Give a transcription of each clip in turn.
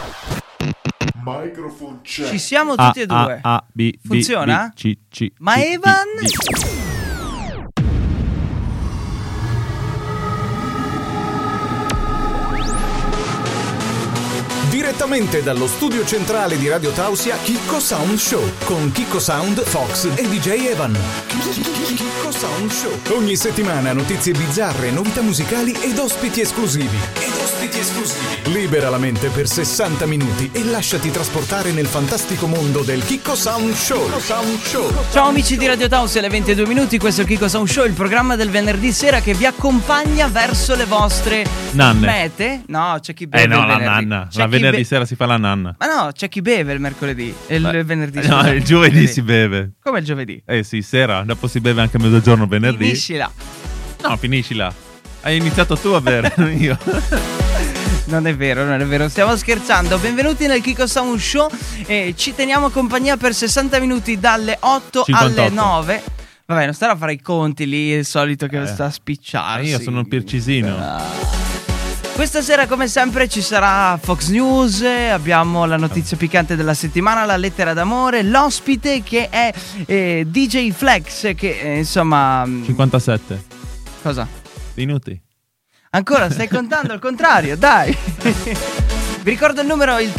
Microphone check. Ci siamo tutti e due. Funziona? Ma Evan? Direttamente dallo studio centrale di Radio Tausia, Chicco Sound Show con Chicco Sound, Fox e DJ Evan. Chicco Sound Show. Ogni settimana notizie bizzarre, novità musicali ed ospiti esclusivi. Libera la mente per 60 minuti e lasciati trasportare nel fantastico mondo del Chicco Sound Show. Ciao amici di Radio Tausia, alle 22 minuti, questo è il Chicco Sound Show, il programma del venerdì sera che vi accompagna verso le vostre mete. No, c'è chi beve no, il la nanna. La venerdì sera si fa la nanna. Ma no, c'è chi beve il mercoledì e il venerdì sera. No, il giovedì si beve. Come il giovedì? Sì, sera, dopo si beve anche a mezzogiorno venerdì. Finiscila. No, finiscila. Hai iniziato tu a bere, non io. Non è vero, stiamo scherzando. Benvenuti nel Chicco Sound Show e ci teniamo compagnia per 60 minuti dalle 8 58. alle 9. Vabbè, non stare a fare i conti lì, il solito che sta a spicciarsi. Io sono il Pircisino. Questa sera come sempre ci sarà Fox News, abbiamo la notizia piccante della settimana, la lettera d'amore, l'ospite che è DJ Flex che insomma... 57. Cosa? Minuti. Ancora stai contando al contrario, dai. Vi ricordo il numero, il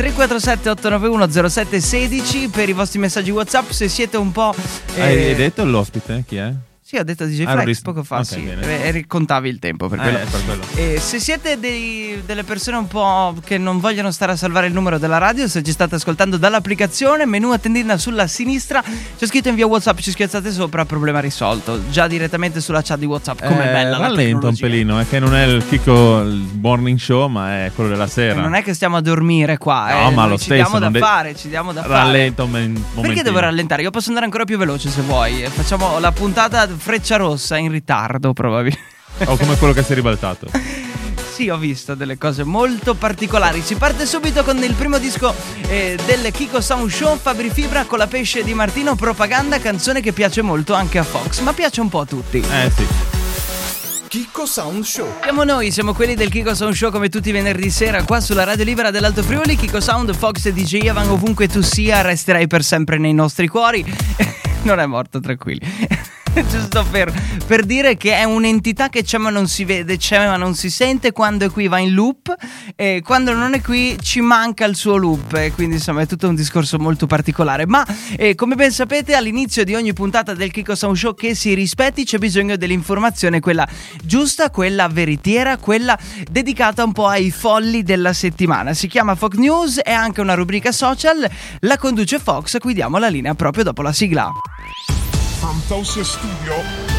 347-891-0716 per i vostri messaggi WhatsApp se siete un po'... Hai detto l'ospite? Chi è? Sì, ho detto DJ Flex poco fa, okay, sì, e contavi il tempo per quello. Per quello. Se siete delle persone un po' che non vogliono stare a salvare il numero della radio, se ci state ascoltando dall'applicazione, menu a tendina sulla sinistra, c'è scritto invia WhatsApp, ci schiazzate sopra, problema risolto. Già direttamente sulla chat di WhatsApp, com'è bella la rallenta un pelino, è che non è il Chicco il morning show, ma è quello della sera. Non è che stiamo a dormire qua, no, ma lo ci stesso, diamo da fare, ci diamo da rallenta fare. Un momentino. Perché devo rallentare? Io posso andare ancora più veloce se vuoi. Facciamo la puntata Freccia Rossa in ritardo probabilmente. O come quello che si è ribaltato. Sì, ho visto delle cose molto particolari. Si parte subito con il primo disco del Chicco Sound Show, Fabri Fibra con La pesce di Martino, Propaganda, canzone che piace molto anche a Fox, ma piace un po' a tutti. Sì. Chicco Sound Show. Siamo quelli del Chicco Sound Show come tutti i venerdì sera qua sulla Radio Libera dell'Alto Friuli. Chicco Sound, Fox e DJ Evan, ovunque tu sia, resterai per sempre nei nostri cuori. Non è morto, tranquilli. Giusto per dire che è un'entità che c'è ma non si vede, c'è ma non si sente, quando è qui va in loop e quando non è qui ci manca il suo loop, e quindi insomma è tutto un discorso molto particolare. Ma come ben sapete, all'inizio di ogni puntata del Chicco Sound Show che si rispetti c'è bisogno dell'informazione, quella giusta, quella veritiera, quella dedicata un po' ai folli della settimana. Si chiama Fox News, è anche una rubrica social, la conduce Fox, a cui diamo la linea proprio dopo la sigla. From Tausia Studio,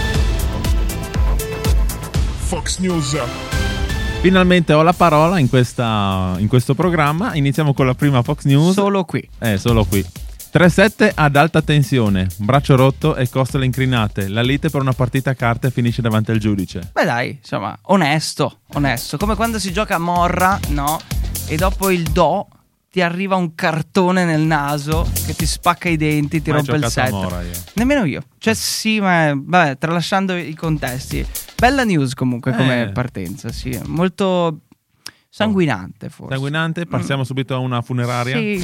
Fox News. Finalmente ho la parola in questo programma. Iniziamo con la prima Fox News. Solo qui. Solo qui. 3-7 ad alta tensione, braccio rotto e costole incrinate. La lite per una partita a carte finisce davanti al giudice. Beh dai, insomma, onesto. Come quando si gioca a morra, no? E dopo il do ti arriva un cartone nel naso che ti spacca i denti, ti rompe il set. Nemmeno io. Cioè sì, ma vabbè, tralasciando i contesti. Bella news comunque come partenza, sì. Molto sanguinante forse. Sanguinante? Passiamo subito a una funeraria? Sì.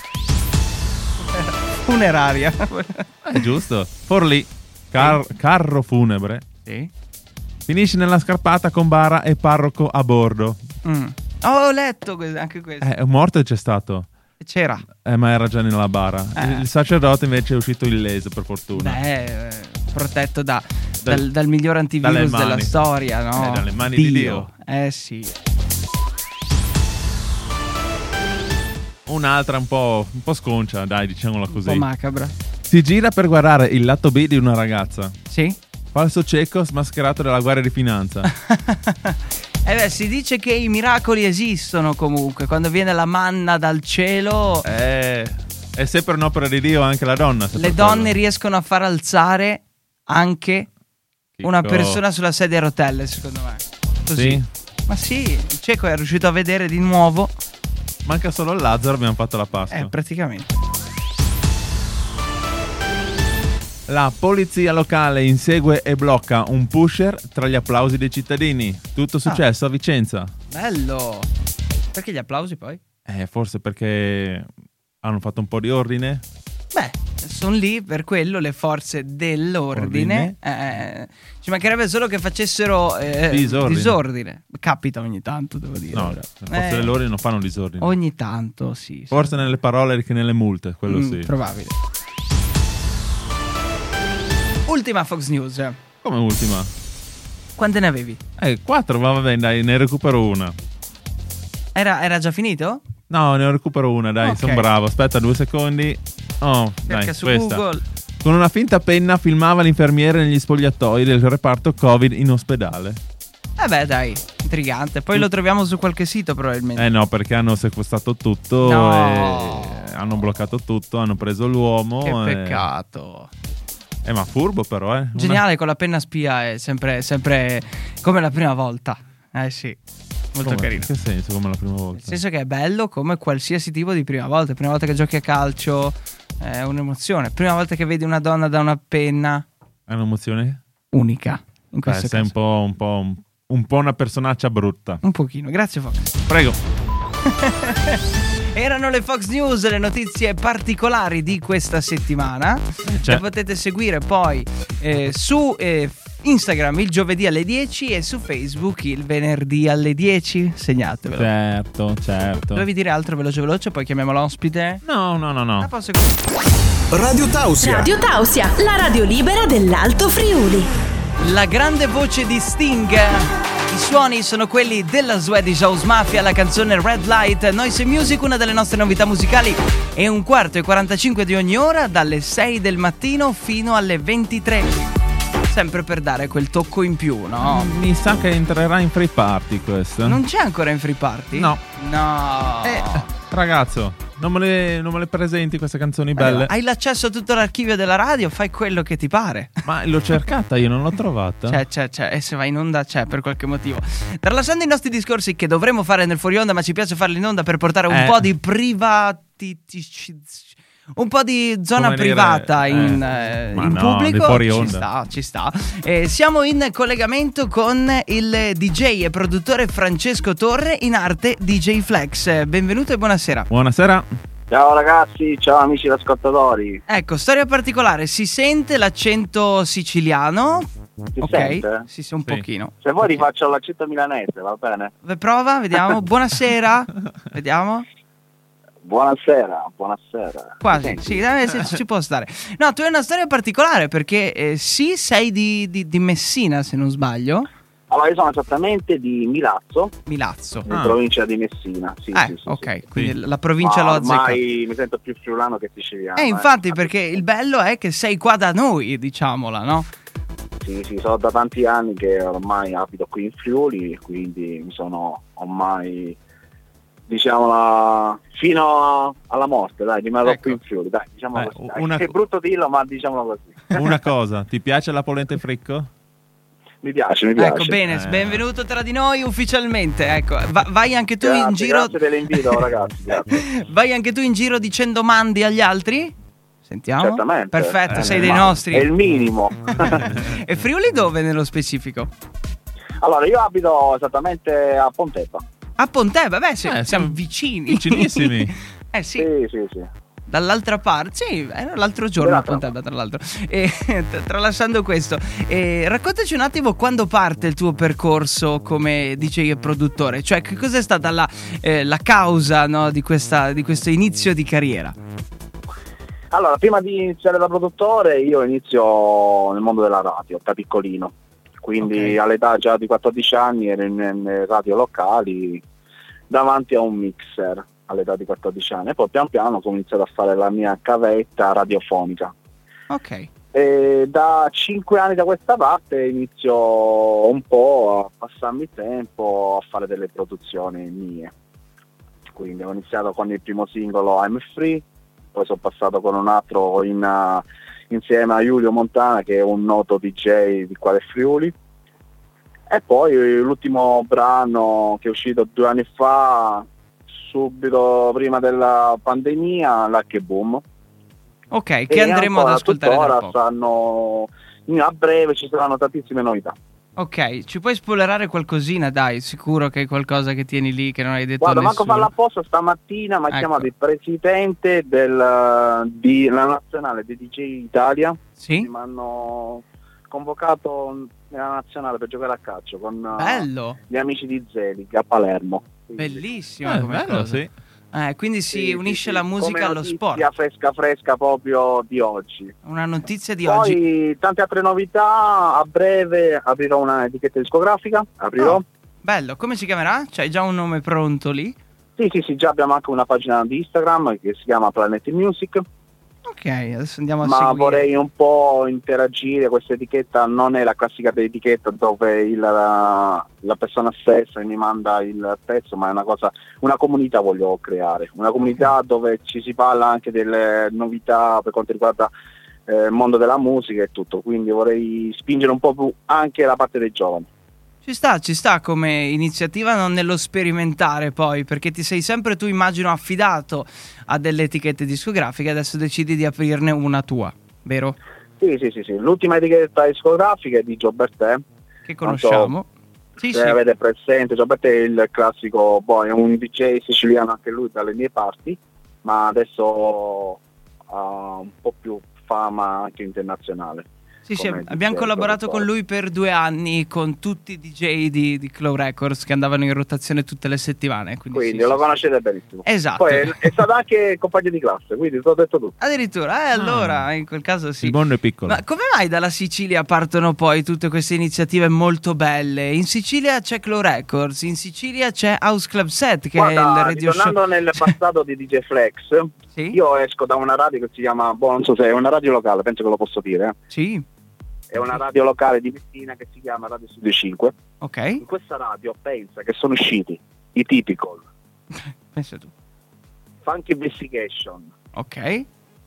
Funeraria. Giusto. Forlì, carro funebre. Sì. Finisce nella scarpata con bara e parroco a bordo. Ho letto anche questo. È morto c'è stato. C'era. Ma era già nella bara. Il sacerdote invece è uscito illeso, per fortuna. Protetto dal miglior antivirus della storia, no? Dalle mani di Dio. Sì. Un'altra un po' sconcia, dai, diciamola così. Un po' macabra. Si gira per guardare il lato B di una ragazza. Sì. Falso cieco smascherato dalla guardia di finanza. Si dice che i miracoli esistono comunque. Quando viene la manna dal cielo, è sempre un'opera di Dio anche la donna. Le donne riescono a far alzare anche una persona sulla sedia a rotelle, secondo me. Così. Sì? Ma sì, il cieco è riuscito a vedere di nuovo. Manca solo il Lazzaro, abbiamo fatto la Pasqua. Praticamente. La polizia locale insegue e blocca un pusher tra gli applausi dei cittadini. Tutto successo a Vicenza. Bello. Perché gli applausi poi? Forse perché hanno fatto un po' di ordine. Beh, sono lì per quello le forze dell'ordine. Ci mancherebbe solo che facessero disordine. Capita ogni tanto, devo dire. No, le forze dell'ordine non fanno disordine. Ogni tanto, sì. Forse nelle parole che nelle multe, quello sì. Probabile. Ultima Fox News. Come ultima? Quante ne avevi? 4, vabbè, dai, ne recupero una. Era già finito? No, ne recupero una, dai, Ok. sono bravo. Aspetta 2 secondi. Oh, Cerca dai, su questa. Google. Con una finta penna filmava l'infermiere negli spogliatoi del reparto Covid in ospedale. Beh, dai, intrigante. Poi lo troviamo su qualche sito probabilmente. No, perché hanno sequestrato tutto, No. e hanno bloccato tutto, hanno preso l'uomo. Che peccato. Ma furbo però, Geniale, con la penna spia è sempre come la prima volta. Sì, molto carino. In che senso come la prima volta? Nel senso che è bello come qualsiasi tipo di prima volta. Prima volta che giochi a calcio è un'emozione. Prima volta che vedi una donna da una penna, È un'emozione? unica. In questo Sei caso. un po' una personaccia brutta. Un pochino. Grazie Fox. Prego. Erano le Fox News, le notizie particolari di questa settimana. Le potete seguire poi su Instagram il giovedì alle 10 e su Facebook il venerdì alle 10. Segnatevelo. Certo. Dovevi dire altro veloce, poi chiamiamo l'ospite? No. Ah, posso così. Radio Tausia. Radio Tausia, la radio libera dell'Alto Friuli. La grande voce di Sting. I suoni sono quelli della Swedish House Mafia, la canzone Red Light. Noise Music, una delle nostre novità musicali, è 1:45 di ogni ora, dalle 6 del mattino fino alle 23. Sempre per dare quel tocco in più, no? Mi sa che entrerà in free party questo. Non c'è ancora in free party? No. Ragazzo, non me le presenti queste canzoni belle? hai l'accesso a tutto l'archivio della radio, fai quello che ti pare. Ma l'ho cercata, io non l'ho trovata. C'è, e se va in onda c'è per qualche motivo. Tralasciando i nostri discorsi che dovremmo fare nel fuori onda, ma ci piace farli in onda per portare un po' di un po' di zona Come dire, privata in pubblico. fuori onda. Ci sta. Siamo in collegamento con il DJ e produttore Francesco Torre, in arte DJ Flex. Benvenuto e buonasera. Buonasera. Ciao ragazzi, ciao amici ascoltatori. Ecco, storia particolare, si sente l'accento siciliano? Si sente? Sì, un pochino. Se vuoi rifaccio l'accento milanese, va bene? Prova, vediamo. Buonasera. Vediamo. Buonasera. Quasi, sì, ci può stare. No, tu hai una storia particolare perché sì, sei di Messina, se non sbaglio. Allora, io sono esattamente di Milazzo, in provincia di Messina. Sì, ok, sì. quindi la provincia l'ho azzeccata. Ormai mi sento più friulano che siciliano. Infatti, perché il bello è che sei qua da noi, diciamola, no? Sì, sono da tanti anni che ormai abito qui in Friuli, quindi mi sono ormai, diciamola, fino alla morte, dai, rimarrò qui in Friuli, dai, diciamo così. Dai. È brutto dirlo, ma diciamolo così. Una cosa, ti piace la polenta e fricco? Mi piace. Ecco, bene, benvenuto tra di noi ufficialmente. Ecco, vai anche tu in giro. Grazie dell'invito, ragazzi. Grazie. Vai anche tu in giro dicendo mandi agli altri? Sentiamo. Certamente. Perfetto, sei dei nostri. È il minimo. E Friuli dove nello specifico? Allora, io abito esattamente a Pontebba. A Pontebba, siamo vicini. Vicinissimi. Sì. Sì. Dall'altra parte, sì, era l'altro giorno a Pontebba, tra l'altro. Tralasciando questo, raccontaci un attimo quando parte il tuo percorso come DJ e produttore, cioè che cos'è stata la causa, no, di questo inizio di carriera? Allora, prima di iniziare da produttore, io inizio nel mondo della radio, da piccolino, quindi all'età già di 14 anni ero in radio locali davanti a un mixer. All'età di 14 anni, e poi pian piano ho iniziato a fare la mia cavetta radiofonica. Ok. E da 5 anni da questa parte inizio un po' a passarmi il tempo a fare delle produzioni mie. Quindi ho iniziato con il primo singolo I'm Free, poi sono passato con un altro insieme a Julio Montana, che è un noto DJ di qua del Friuli, e poi l'ultimo brano che è uscito 2 anni fa, subito prima della pandemia, Lucky Boom. Ok, che andremo ad ascoltare tra poco. A breve ci saranno tantissime novità. Ok, ci puoi spoilerare qualcosina, dai, sicuro che hai qualcosa che tieni lì che non hai detto Guarda, a manco nessuno. farla apposta, stamattina mi ha Ecco. chiamato il presidente della nazionale di DJ Italia. Mi Sì? hanno convocato nella nazionale per giocare a calcio con Bello, gli amici di Zelig a Palermo. Quindi, bellissima come bello, cosa. sì. Quindi si unisce la musica come allo notizia sport. fresca proprio di oggi. Una notizia di oggi. Poi tante altre novità, a breve aprirò una etichetta discografica, aprirò. Oh, bello, come si chiamerà? C'hai già un nome pronto lì? Sì, già abbiamo anche una pagina di Instagram che si chiama Planet Music. Ok, adesso andiamo a Ma seguire. vorrei un po' interagire, questa etichetta non è la classica etichetta dove la persona stessa mi manda il pezzo, ma è una comunità voglio creare, una comunità dove ci si parla anche delle novità per quanto riguarda il mondo della musica e tutto, quindi vorrei spingere un po' più anche la parte dei giovani. Ci sta come iniziativa, non nello sperimentare poi, perché ti sei sempre tu, immagino, affidato a delle etichette discografiche, adesso decidi di aprirne una tua, vero? Sì. L'ultima etichetta discografica è di Giobertè. Che conosciamo. Sì, Se avete presente, Giobertè è il classico, è un DJ siciliano anche lui dalle mie parti, ma adesso ha un po' più fama anche internazionale. Sì, come abbiamo DJ, collaborato con produttore. lui per 2 anni con tutti i DJ di Claw Records che andavano in rotazione tutte le settimane. Quindi Lo conoscete benissimo. Esatto. Poi è stato anche compagno di classe, quindi ti ho detto tutto. Addirittura, allora in quel caso sì. Il mondo è piccolo. Ma come mai dalla Sicilia partono poi tutte queste iniziative molto belle? In Sicilia c'è Claw Records, in Sicilia c'è House Club Set che è il radio show. Ritornando nel passato di DJ Flex, Sì? io esco da una radio che si chiama, non so se è una radio locale, penso che lo posso dire. Sì, È una radio locale di Messina che si chiama Radio Studio 5. ok. In questa radio pensa che sono usciti i Typical, Pensa tu. Funky Investigation, Ok.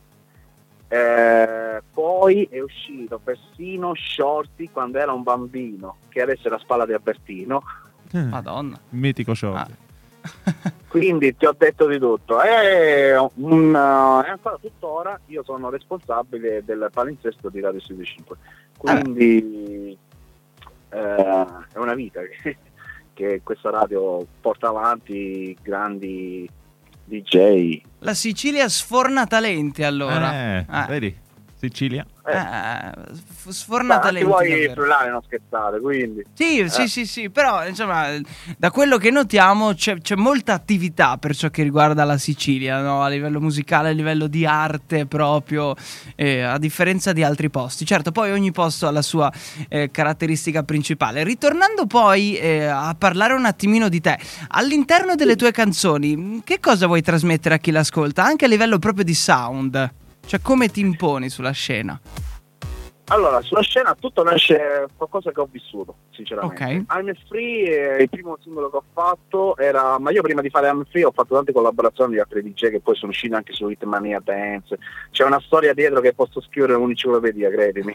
poi è uscito persino Shorty quando era un bambino, che adesso è la spalla di Albertino. Madonna. Mitico show. Ah. Quindi ti ho detto di tutto. E ancora tuttora io sono responsabile del palinsesto di Radio Studio 5. Quindi è una vita che questa radio porta avanti grandi DJ. La Sicilia sforna talenti allora. Vedi? Sicilia. Sforna Ti talenti vuoi davvero. frullare, non scherzare, quindi. Sì, però insomma da quello che notiamo c'è molta attività per ciò che riguarda la Sicilia, no? A livello musicale, a livello di arte proprio, a differenza di altri posti. Certo, poi ogni posto ha la sua caratteristica principale. Ritornando poi a parlare un attimino di te, all'interno delle tue canzoni, che cosa vuoi trasmettere a chi l'ascolta, anche a livello proprio di sound? Cioè come ti imponi sulla scena? Allora, sulla scena tutto nasce qualcosa che ho vissuto, sinceramente. Ok. I'm Free, il primo singolo che ho fatto era, ma io prima di fare I'm Free ho fatto tante collaborazioni di altri DJ che poi sono usciti anche su Hitmania Dance. C'è una storia dietro che posso scrivere un'enciclopedia, credimi.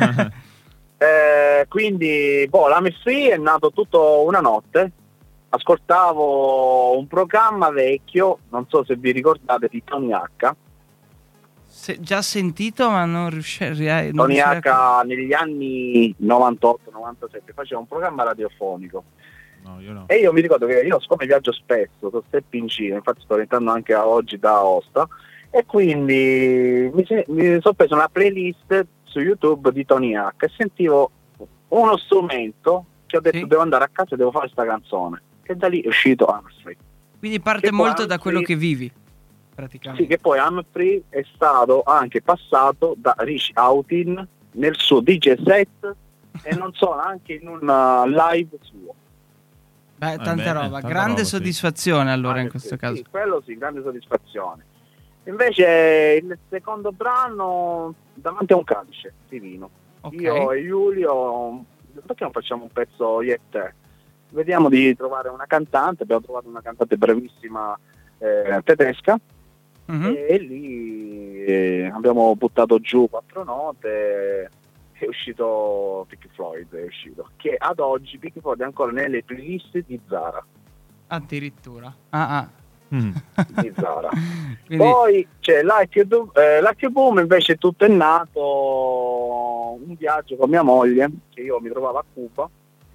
Quindi, l'Am Free è nato tutto una notte. Ascoltavo un programma vecchio, non so se vi ricordate, di Tony H. Già sentito, ma non riuscirei. Tony H negli anni 98-97 faceva un programma radiofonico. No, io no. E io mi ricordo che io, siccome viaggio spesso, sono sempre in Cina, infatti sto rientrando anche oggi da Aosta, e quindi mi sono preso una playlist su YouTube di Tony H e sentivo uno strumento che ho detto Sì. devo andare a casa e devo fare questa canzone. E da lì è uscito I'm Free. Quindi parte Che poi molto da anche- quello che vivi, praticamente. Sì, che poi I'm Free è stato anche passato da Rich Houghton nel suo DJ set e non so, anche in un live suo. Beh, tanta bene, roba, tanta grande roba, sì. soddisfazione allora in Anche questo sì, caso. sì, quello sì, grande soddisfazione. Invece il secondo brano, Davanti a un calice di vino. Ok. Io e Giulio, perché non facciamo un pezzo io e te? Vediamo di trovare una cantante, abbiamo trovato una cantante brevissima tedesca. Mhm. E lì abbiamo buttato giù 4 note, è uscito Pink Floyd, è uscito, che ad oggi Pink Floyd è ancora nelle playlist di Zara. Addirittura. Di Zara. Quindi, Poi c'è Like You Boom, invece tutto è nato un viaggio con mia moglie, che io mi trovavo a Cuba,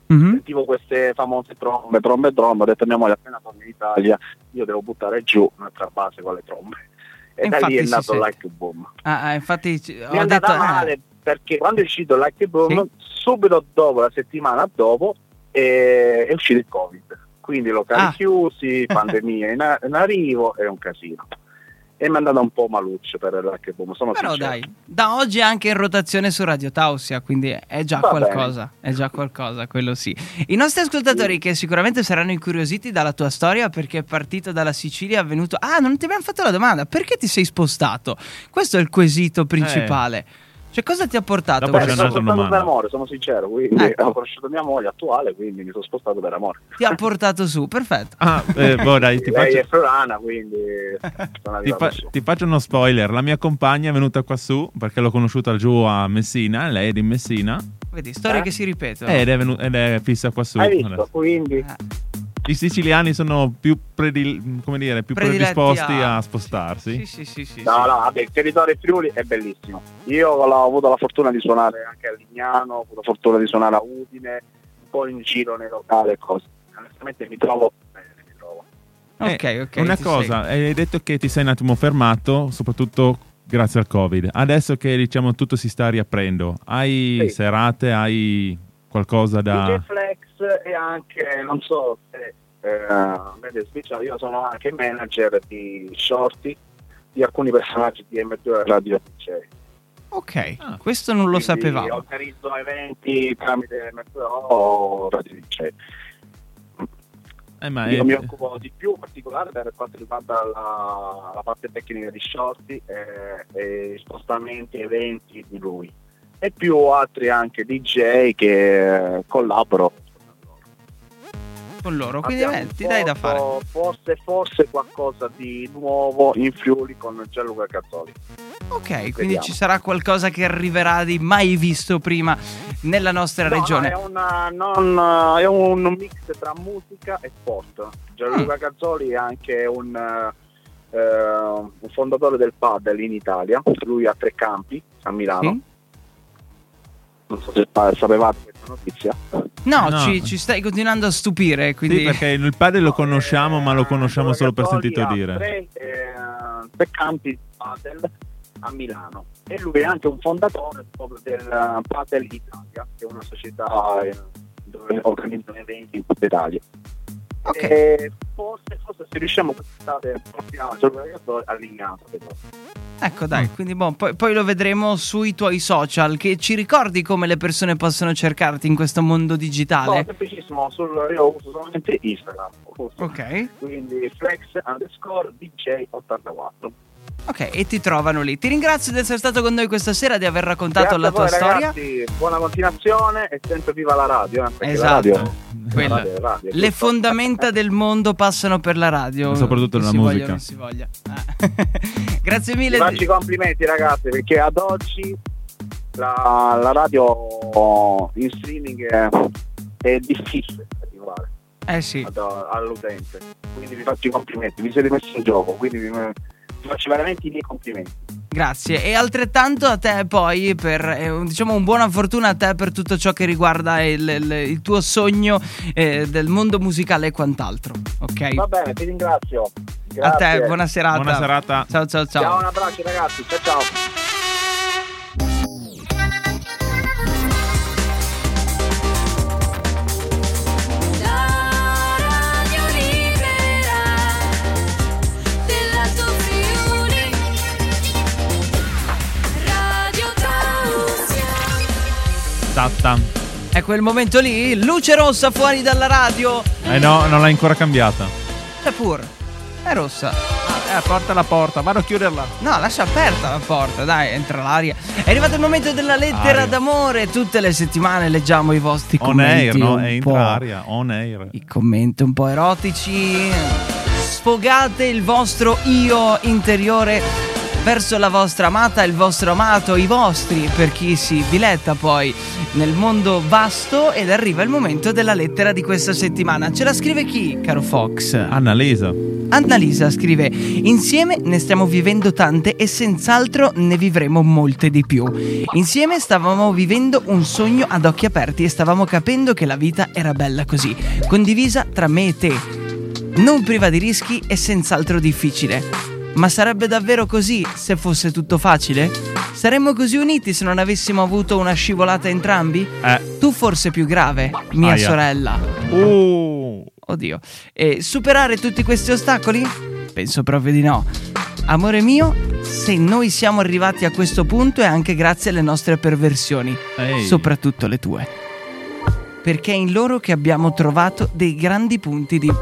Sentivo queste famose trombe, ho detto a mia moglie appena torno in Italia io devo buttare giù un'altra base con le trombe. E da lì è nato Like a Boom. Infatti mi è andata male perché quando è uscito Like a Boom, subito dopo, la settimana dopo, è uscito il Covid. Quindi locali chiusi, pandemia in arrivo, è un casino. E mi è andata un po' maluccio per Like a Boom. Però dai, da oggi è anche in rotazione su Radio Tausia, quindi è già qualcosa, è già qualcosa, quello sì. I nostri ascoltatori che sicuramente saranno incuriositi dalla tua storia, perché è partito dalla Sicilia, è venuto... non ti abbiamo fatto la domanda, perché ti sei spostato? Questo è il quesito principale. Cioè, cosa ti ha portato? Sono spostato per amore, sono sincero, quindi ho conosciuto mia moglie attuale, quindi mi sono spostato per amore. Ti ha portato su, perfetto. Dai, lei è friulana, quindi ti faccio uno spoiler. La mia compagna è venuta qua su perché l'ho conosciuta giù a Messina, lei è di Messina. Vedi, storie che si ripetono. Ed è fissa qua su. Hai visto, quindi... I siciliani sono più predisposti a spostarsi. Sì. No, vabbè, il territorio Friuli è bellissimo. Io ho avuto la fortuna di suonare anche a Lignano, ho avuto la fortuna di suonare a Udine, un po' in giro nei locali e cose. Onestamente mi trovo bene, Ok. Una cosa, hai detto che ti sei un attimo fermato, soprattutto grazie al Covid. Adesso che diciamo tutto si sta riaprendo, hai serate, hai qualcosa da... DJ Flex e anche, non so se io sono anche manager di shorty di alcuni personaggi di M2 Radio DJ. Ok, questo non lo sapevamo. Organizzo eventi tramite M2 o Radio DJ. Io mi occupo di più in particolare per quanto riguarda la parte tecnica di shorty e spostamenti, eventi di lui. E più altri anche DJ che collaboro con loro, quindi ti dai da fare. Forse qualcosa di nuovo in Friuli con Gianluca Cazzoli. Ok, quindi vediamo. Ci sarà qualcosa che arriverà di mai visto prima nella nostra regione. No, è un mix tra musica e sport. Gianluca Cazzoli è anche un fondatore del padel in Italia. Lui ha 3 campi a Milano. Sì? Non so se sapevate questa notizia. No. Ci stai continuando a stupire, quindi... Sì, perché il padel lo conosciamo, ma lo conosciamo solo per sentito dire. 3 campi di padel a Milano. E lui è anche un fondatore proprio del Padel Italia, che è una società dove organizzano eventi in tutta Italia. Okay. E forse se riusciamo quest'estate allineato. Ecco dai, quindi poi lo vedremo sui tuoi social. Che ci ricordi come le persone possono cercarti in questo mondo digitale? No, semplicissimo, io uso solamente Instagram. Ok. Quindi flex_DJ84. Ok, e ti trovano lì. Ti ringrazio di essere stato con noi questa sera, di aver raccontato la tua storia. Ragazzi, buona continuazione e sempre viva la radio. Esatto. Radio, le fondamenta del mondo passano per la radio. Soprattutto nella musica. Non si voglia. Grazie mille. Ti faccio i complimenti, ragazzi, perché ad oggi la radio in streaming è difficile arrivare all'utente. Quindi vi faccio i complimenti, vi siete messi in gioco, quindi vi faccio veramente i miei complimenti. Grazie, e altrettanto a te poi per diciamo un buona fortuna a te per tutto ciò che riguarda il tuo sogno del mondo musicale e quant'altro. Ok? Va bene, ti ringrazio. Grazie. A te, buona serata. Buona serata. Ciao. Ciao, un abbraccio ragazzi, ciao. È quel momento lì, luce rossa fuori dalla radio. No, non l'hai ancora cambiata. C'è pure, è rossa. Aperta la porta, vado a chiuderla. No, lascia aperta la porta, dai, entra l'aria. È arrivato il momento della lettera d'amore. Tutte le settimane leggiamo i vostri commenti. On air, no? Entra aria, on air. I commenti un po' erotici. Sfogate il vostro io interiore verso la vostra amata, il vostro amato, i vostri, per chi si diletta poi nel mondo vasto. Ed arriva il momento della lettera di questa settimana. Ce la scrive chi, caro Fox? Annalisa. Annalisa scrive: insieme ne stiamo vivendo tante e senz'altro ne vivremo molte di più. Insieme stavamo vivendo un sogno ad occhi aperti e stavamo capendo che la vita era bella così, condivisa tra me e te, non priva di rischi e senz'altro difficile. Ma sarebbe davvero così se fosse tutto facile? Saremmo così uniti se non avessimo avuto una scivolata entrambi? Tu forse più grave, mia Aia. sorella. Oddio. E superare tutti questi ostacoli? Penso proprio di no. Amore mio, se noi siamo arrivati a questo punto è anche grazie alle nostre perversioni, Ehi. soprattutto le tue. Perché è in loro che abbiamo trovato dei grandi punti di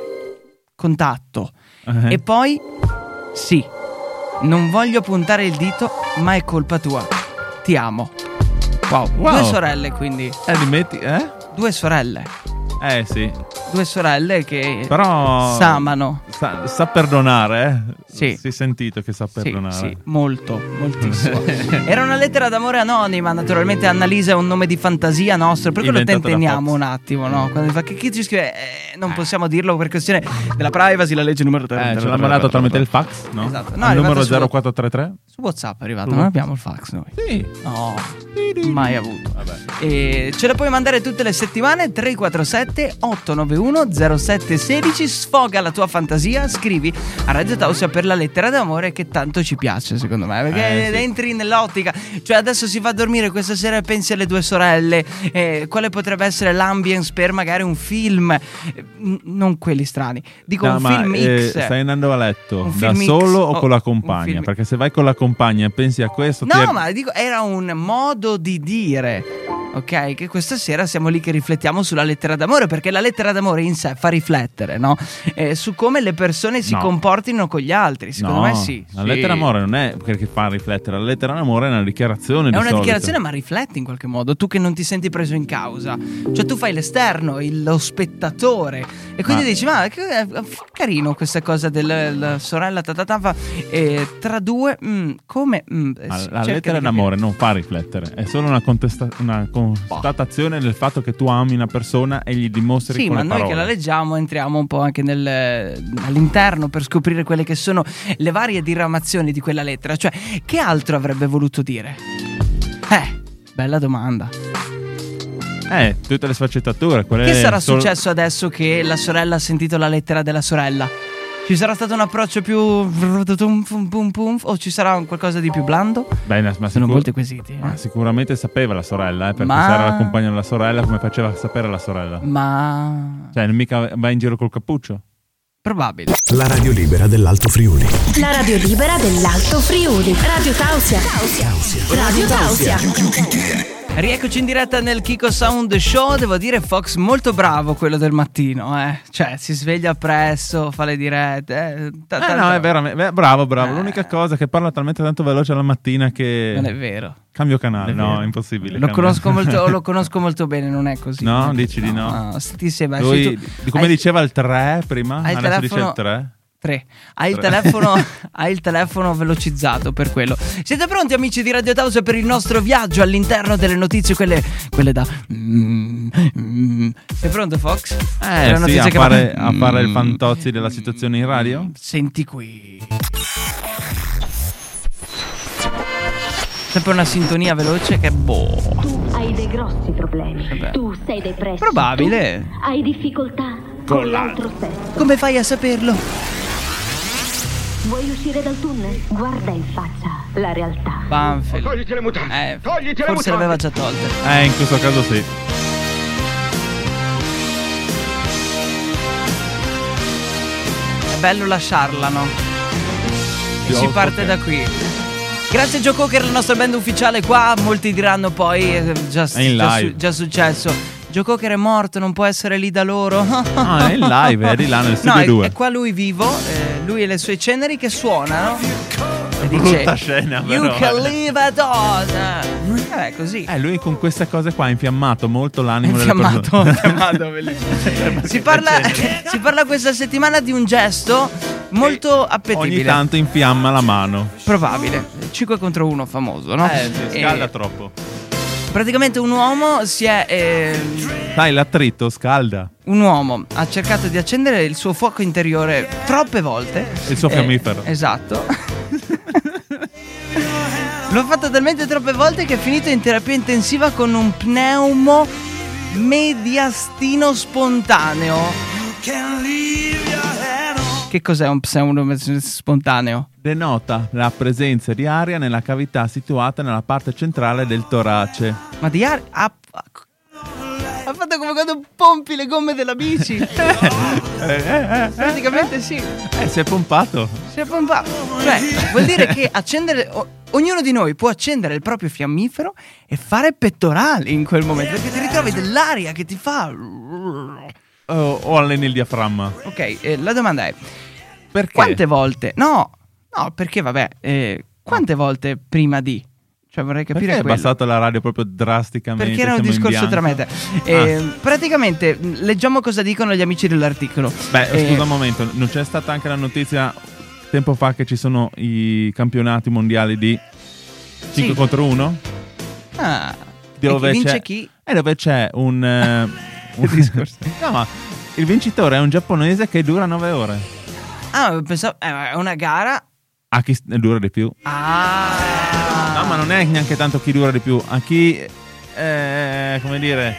contatto. E poi, sì, non voglio puntare il dito, ma è colpa tua. Ti amo. Wow. Due sorelle, quindi. Rimetti, Due sorelle. Sì. Due sorelle che Però s'amano. sa perdonare, Sì. Si è sentito che sa perdonare. Sì, molto, moltissimo. Era una lettera d'amore anonima, naturalmente Annalisa è un nome di fantasia nostro, per quello Inventato da tenteniamo Fox. un attimo, no? Quando fa che chi ci scrive non possiamo dirlo per questione della privacy, la legge numero 3. Ce l'ha mandato tramite il fax, no? Esatto. No, Al è numero arrivato 0433? Su WhatsApp è arrivato, non abbiamo il fax noi. Sì. No, mai avuto. E ce la puoi mandare tutte le settimane 347 891 0716. Sfoga la tua fantasia, scrivi a Radio Tausia per la lettera d'amore che tanto ci piace, secondo me, perché Sì. entri nell'ottica, cioè adesso si va a dormire questa sera e pensi alle due sorelle, quale potrebbe essere l'ambience per magari un film, non quelli strani, dico No, un ma film X. stai andando a letto Un da film X solo o o con la un compagna? film- Perché se vai con la compagna e pensi a questo No, ma dico, era un modo di dire, ok? Che questa sera siamo lì che riflettiamo sulla lettera d'amore, perché la lettera d'amore in sé fa riflettere, no? Su come le persone si No. comportino con gli altri, secondo no, me sì. La Sì. lettera d'amore non è perché fa riflettere, la lettera d'amore è una dichiarazione È di una solito. dichiarazione, ma rifletti in qualche modo. Tu che non ti senti preso in causa, cioè tu fai l'esterno, lo spettatore, e quindi dici: ma che carino questa cosa della sorella tatatava, tra due, come La cerca lettera di d'amore non fa riflettere, è solo una constatazione del fatto che tu ami una persona e gli dimostri Sì, con ma le noi parole. che la leggiamo entriamo un po' anche all'interno per scoprire quelle che sono le varie diramazioni di quella lettera. Cioè, che altro avrebbe voluto dire? Bella domanda. Tutte le sfaccettature. Che sarà successo adesso che la sorella ha sentito la lettera della sorella? Ci sarà stato un approccio più o ci sarà qualcosa di più blando? Bene, ma Sono molti quesiti. Ma sicuramente sapeva la sorella, perché Ma- se era la compagna della sorella, come faceva a sapere la sorella? Ma Cioè, mica va in giro col cappuccio? probabile. La radio libera dell'Alto Friuli. La radio libera dell'Alto Friuli. Radio Tausia. Radio Tausia. Rieccoci in diretta nel Kiko Sound Show. Devo dire, Fox molto bravo quello del mattino, Cioè, si sveglia presto, fa le dirette. No, è veramente bravo. L'unica cosa è che parla talmente tanto veloce alla mattina che Non è vero. cambio canale. Non è No, vero. è impossibile. Lo conosco molto bene, non è così. No, dici di no? No, stati insieme. Lui, come hai- diceva il 3 prima, hai il adesso dice telefono- il 3. 3. Hai il telefono velocizzato per quello. Siete pronti, amici di Radio Tausia, per il nostro viaggio all'interno delle notizie, quelle da Sei pronto, Fox? Per la Sì, notizia a che fare il fantozzi della situazione in radio. Senti qui. Sempre una sintonia veloce che Tu hai dei grossi problemi. Vabbè. Tu sei depresso. Probabile. Tu hai difficoltà con l'altro sesso. Come fai a saperlo? Vuoi uscire dal tunnel? Guarda in faccia la realtà. Banfield. Togliti le mutande. Togliti le Forse mutande. l'aveva già tolte. In questo caso sì. È bello lasciarla, no? E si Joe parte Cocker. da qui. Grazie Joe Cocker, la nostra band ufficiale qua. Molti diranno poi È in live. già successo. Joe Cocker è morto, non può essere lì da loro. È in live, è di là nel No, studio 2. è qua lui vivo, lui e le sue ceneri che suonano. e brutta dice scena, "You però. can live at all". Così. Lui con queste cose qua ha infiammato molto l'animo Infiammato, delle persone. bellissimo. Si parla questa settimana di un gesto molto appetibile. Ogni tanto infiamma la mano. Probabile. 5 contro 1 famoso, no? Sì, scalda troppo. Praticamente un uomo si è Sai, l'attrito scalda. un uomo ha cercato di accendere il suo fuoco interiore troppe volte. Il suo fiammifero. Esatto. L'ho fatto talmente troppe volte che è finito in terapia intensiva con un pneumo mediastino spontaneo. Che cos'è un pneumo spontaneo? Denota la presenza di aria nella cavità situata nella parte centrale del torace. Ma di aria? Ha fatto come quando pompi le gomme della bici. Praticamente sì. Si è pompato. Si è pompato. Cioè, vuol dire che accendere. Ognuno di noi può accendere il proprio fiammifero e fare pettorali in quel momento. Perché ti ritrovi dell'aria che ti fa. O alleni il diaframma. Ok, la domanda è: Perché? quante volte? No, perché vabbè, quante volte prima di? Cioè vorrei capire Perché hai quello. abbassato la radio proprio drasticamente? Perché era un siamo in discorso tra me bianco? e te. Praticamente, leggiamo cosa dicono gli amici dell'articolo. Scusa un momento, non c'è stata anche la notizia tempo fa che ci sono i campionati mondiali di 5 contro 1? Ah, Dove e chi vince c'è, chi? dove c'è un discorso. No, ma il vincitore è un giapponese che dura 9 ore. Ah, pensavo è una gara. A chi dura di più? Ah. No, ma non è neanche tanto chi dura di più. A chi, come dire,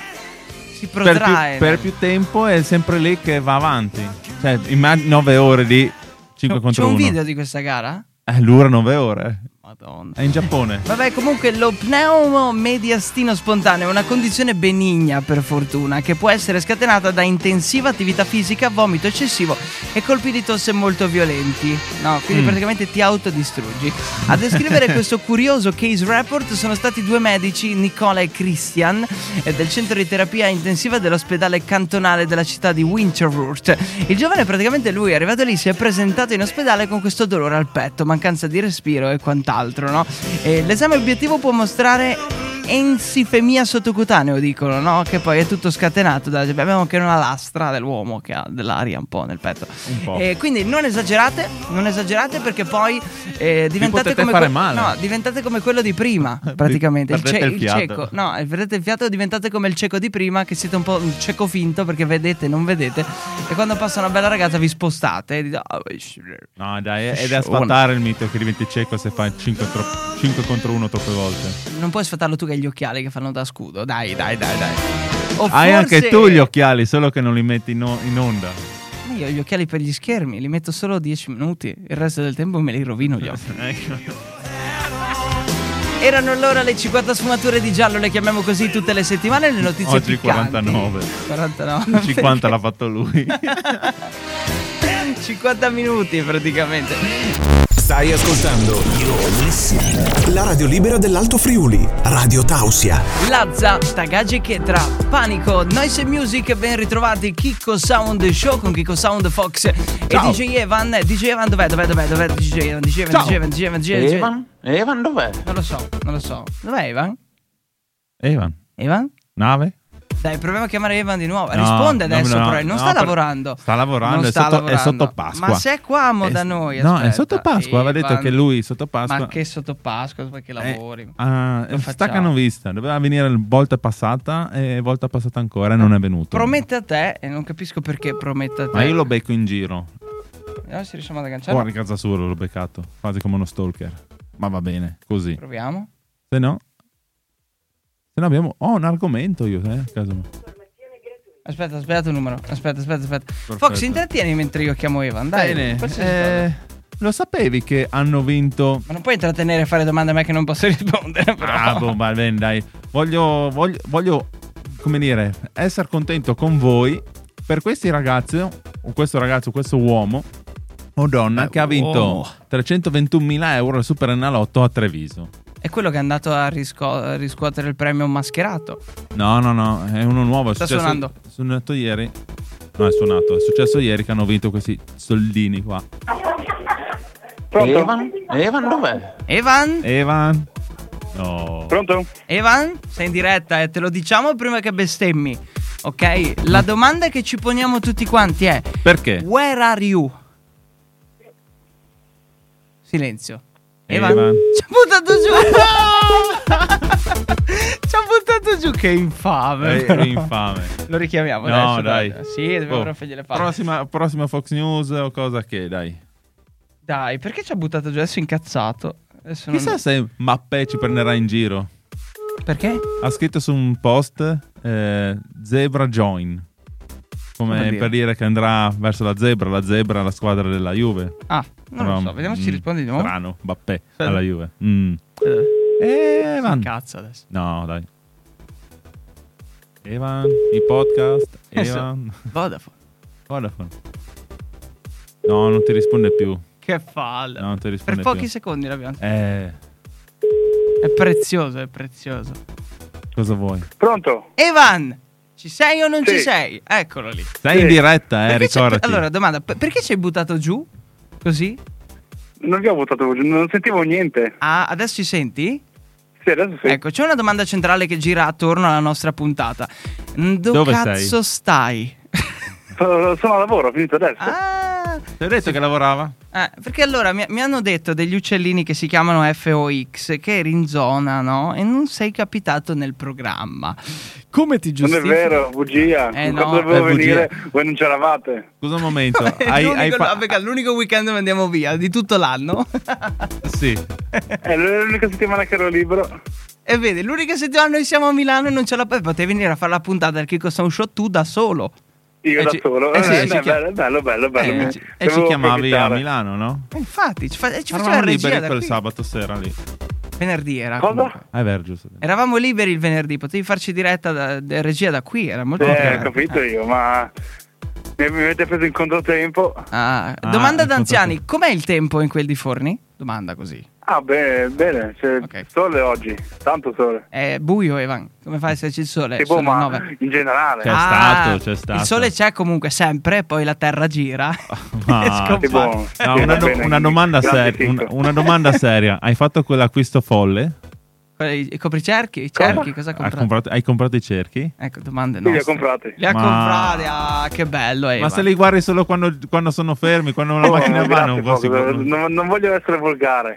Si protrae. per più tempo è sempre lì che va avanti. Cioè, 9 ore di 5 contro C'è 1. un video di questa gara? Dura 9 ore. Madonna. È in Giappone. Vabbè, comunque lo pneumo mediastino spontaneo è una condizione benigna, per fortuna, che può essere scatenata da intensiva attività fisica, vomito eccessivo e colpi di tosse molto violenti. No, quindi praticamente ti autodistruggi. A descrivere questo curioso case report sono stati 2 medici, Nicola e Christian, del centro di terapia intensiva dell'ospedale cantonale della città di Winterthur. Il giovane, praticamente lui è arrivato lì, si è presentato in ospedale con questo dolore al petto, mancanza di respiro e quant'altro. No? L'esame obiettivo può mostrare ensifemia sottocutaneo, dicono, no? Che poi è tutto scatenato abbiamo anche una lastra dell'uomo che ha dell'aria un po' nel petto. Un po'. Quindi non esagerate perché poi diventate potete come fare male. No, diventate come quello di prima, praticamente. Perdete il fiato. cieco. No, perdete il fiato, diventate come il cieco di prima, che siete un po' un cieco finto perché vedete, non vedete, e quando passa una bella ragazza vi spostate e dite, No, dai, è da sfatare il mito che diventi cieco se fai 5 contro 1 troppe volte. non puoi sfatarlo tu che hai gli occhiali che fanno da scudo. Dai. O Hai anche forse- tu gli occhiali, solo che non li metti in onda. Io ho gli occhiali per gli schermi, li metto solo 10 minuti, il resto del tempo me li rovino gli occhi. Erano allora le 50 sfumature di giallo, le chiamiamo così tutte le settimane, le notizie Oggi piccanti. 49. 49. 50 l'ha fatto lui. 50 minuti praticamente. Stai ascoltando la radio libera dell'Alto Friuli, Radio Tausia. Lazza, Tagagic tra Panico, Noise Music, ben ritrovati, Chicco Sound Show con Chicco Sound Fox e Ciao. DJ Evan. DJ Evan dov'è? DJ Evan. Evan dov'è? Non lo so. Dov'è Evan? Evan? Nave? Dai, proviamo a chiamare Evan di nuovo. No, Risponde no, adesso, no, però. Non no, sta lavorando. Sta lavorando, Non è sta sotto- è lavorando. sotto Pasqua. Ma se è qua da noi. No, è aspetta. sotto Pasqua. Aveva detto Evan. che lui sotto Pasqua. Ma che sotto Pasqua? Perché lavori? Sta facciamo. canovista. Doveva venire volta passata e volta passata ancora e non è venuto. Promette a te, e non capisco perché promette a te. Ma io lo becco in giro. Vediamo se riusciamo ad agganciarlo. Fuori casa sua l'ho beccato. Quasi come uno stalker. Ma va bene, così. Proviamo. Se no abbiamo. Ho un argomento io, a caso. Aspetta, sbagliato il numero. Aspetta. Fox, intrattieni mentre io chiamo Evan. Dai, Bene. qualsiasi cosa. Lo sapevi che hanno vinto? Ma non puoi intrattenere e fare domande a me che non posso rispondere, però. Va bene, dai. Voglio, come dire, essere contento con voi per questi ragazzi, o questo ragazzo, questo uomo o donna che ha vinto 321.000 euro al Super Enalotto a Treviso. È quello che è andato a riscuotere il premio mascherato. No, è uno nuovo. Sta suonando. È suonato ieri. No, è suonato. È successo ieri che hanno vinto questi soldini qua. Evan? Evan dov'è? Evan? No. Pronto? Evan? Sei in diretta e te lo diciamo prima che bestemmi. Ok? La domanda che ci poniamo tutti quanti è: Perché? where are you? Silenzio. Evan. Ci ha buttato giù. Ci ha buttato giù. Che infame. È infame. Lo richiamiamo. No, adesso, dai. Sì, dobbiamo fargli le palle. Prossima Fox News o cosa che, dai. Dai, perché ci ha buttato giù? Adesso incazzato. Adesso Chissà se Mappè ci prenderà in giro. Perché? Ha scritto su un post Zebra Join. Come per dire che andrà verso la zebra la squadra della Juve. Ah, non lo so, vediamo se ci rispondi di nuovo. Strano, Mappè alla Juve. Evan. Cazzo adesso. No, dai. Evan, i podcast. Evan. Vodafone. No, non ti risponde più. Che fallo. No, non ti risponde per pochi più. secondi l'abbiamo. È prezioso. Cosa vuoi? Pronto? Evan, ci sei o non Sì. ci sei? Eccolo lì. Stai in diretta, Perché ricordati. allora, domanda, perché ci hai buttato giù? Così? Non vi ho votato, non sentivo niente. Ah, adesso ci senti? Sì, adesso sì. Ecco, c'è una domanda centrale che gira attorno alla nostra puntata. Dove cazzo stai? Sono a lavoro, ho finito adesso. Ti ho detto che lavorava? Perché allora mi hanno detto degli uccellini che si chiamano FOX che eri in zona, no? E non sei capitato nel programma. Come ti Non giustifichi? è vero, bugia. No, Quando dovevo è bugia. venire, voi non c'eravate. Scusa un momento. Perché è l'unico weekend dove andiamo via di tutto l'anno. Sì. È l'unica settimana che ero libero. E vedi, l'unica settimana noi siamo a Milano e non ce la potevi venire a fare la puntata del Kiko Sound Show tu da solo. Io da solo. Bello. E ci chiamavi a Milano, no? Infatti, ci faceva Eravamo regia liberi da quel qui. sabato sera lì. Venerdì era. Cosa? comunque. È vero, giusto. Eravamo liberi il venerdì, potevi farci diretta da regia da qui, era molto Ho divertente. capito io, ma mi avete preso in controtempo. Domanda da anziani, com'è il tempo in quel di Forni? Domanda così. Bene, c'è sole oggi, tanto sole. È buio, Evan, come fai se c'è il sole? Tipo, Sono le ma 9. in generale. C'è stato. Il sole c'è comunque sempre, poi la terra gira. Ma- e scompare. No, una domanda grande seria. fitto. Una domanda seria. Hai fatto quell'acquisto folle? I copricerchi? I cerchi? Cosa hai comprato? Hai comprato i cerchi? Ecco, domande Sì, li ho nostre. comprati. Li ha comprati, che bello, Evan. Ma se li guardi solo quando sono fermi, quando la macchina va, non grazie, posso. non voglio essere volgare.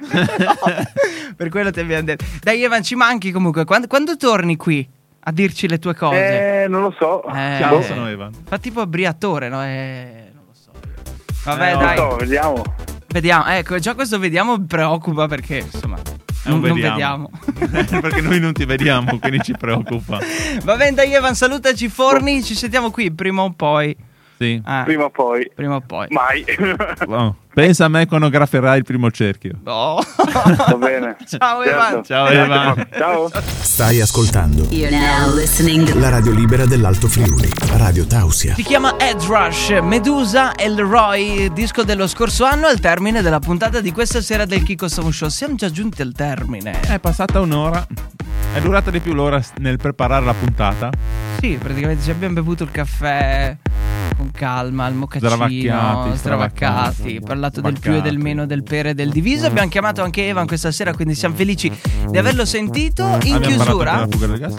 Per quello ti abbiamo detto. Dai, Evan, ci manchi comunque. Quando torni qui a dirci le tue cose? Non lo so. Ciao, sono Evan. Fa tipo briatore, no? Non lo so. Vabbè, Non dai. lo so, vediamo. Vediamo. Ecco, già questo vediamo mi preoccupa perché, insomma, non vediamo. Perché noi non ti vediamo, quindi ci preoccupa. Va bene, dai, Evan, salutaci Forni. Ci sentiamo qui prima o poi. Sì. Prima o poi. Mai. Oh, pensa a me quando grafferai il primo cerchio. No. Va bene. Ciao, Certo. Evan. Ciao, Evan. Ciao. Stai ascoltando You're now listening to la radio libera dell'Alto Friuli, Radio Tausia. Si chiama Ed Rush, Medusa e Leroy, disco dello scorso anno, al termine della puntata di questa sera del Kiko Sound Show. Siamo già giunti al termine. È passata un'ora. È durata di più l'ora nel preparare la puntata. Sì, praticamente ci abbiamo bevuto il caffè con calma, il mocaccino, stravaccati, parlato del più e del meno, del per e del diviso. Abbiamo chiamato anche Evan questa sera, quindi siamo felici di averlo sentito. In Abbiamo parlato chiusura, della fuga del gas.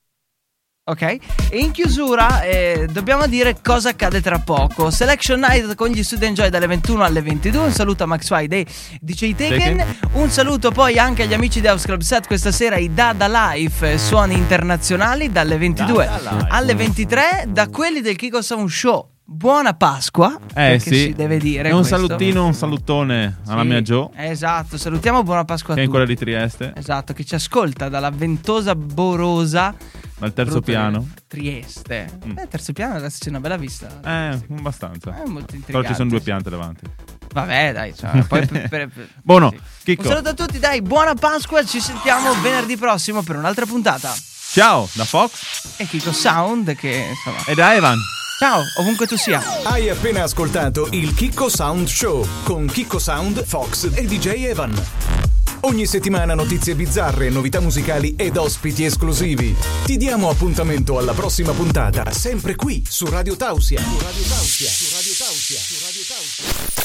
ok, e in chiusura dobbiamo dire cosa accade tra poco. Selection Night con gli Student Joy dalle 21 alle 22. Un saluto a Max Friday, DJ Taken. Un saluto poi anche agli amici di House Club Set questa sera, i Dada Life, suoni internazionali dalle 22 alle 23 da quelli del Kiko Sound Show. Buona Pasqua, perché sì. si deve dire E un questo. salutino, un salutone alla Sì, mia Jo, esatto, salutiamo buona Pasqua a che è in tutti. quella di Trieste, Esatto, che ci ascolta dalla ventosa Borosa dal terzo piano. Trieste. Terzo piano adesso c'è una bella vista. Abbastanza. È molto Però intrigante. ci sono due piante davanti. Vabbè, dai, cioè, poi Buono, sì. Chicco. Un saluto a tutti, dai, buona Pasqua, ci sentiamo venerdì prossimo per un'altra puntata. Ciao, da Fox E Kiko Sound che insomma. e da Evan. Ciao, ovunque tu sia. Hai appena ascoltato il Kiko Sound Show con Kiko Sound, Fox e DJ Evan. Ogni settimana notizie bizzarre, novità musicali ed ospiti esclusivi. Ti diamo appuntamento alla prossima puntata, sempre qui su Radio Tausia.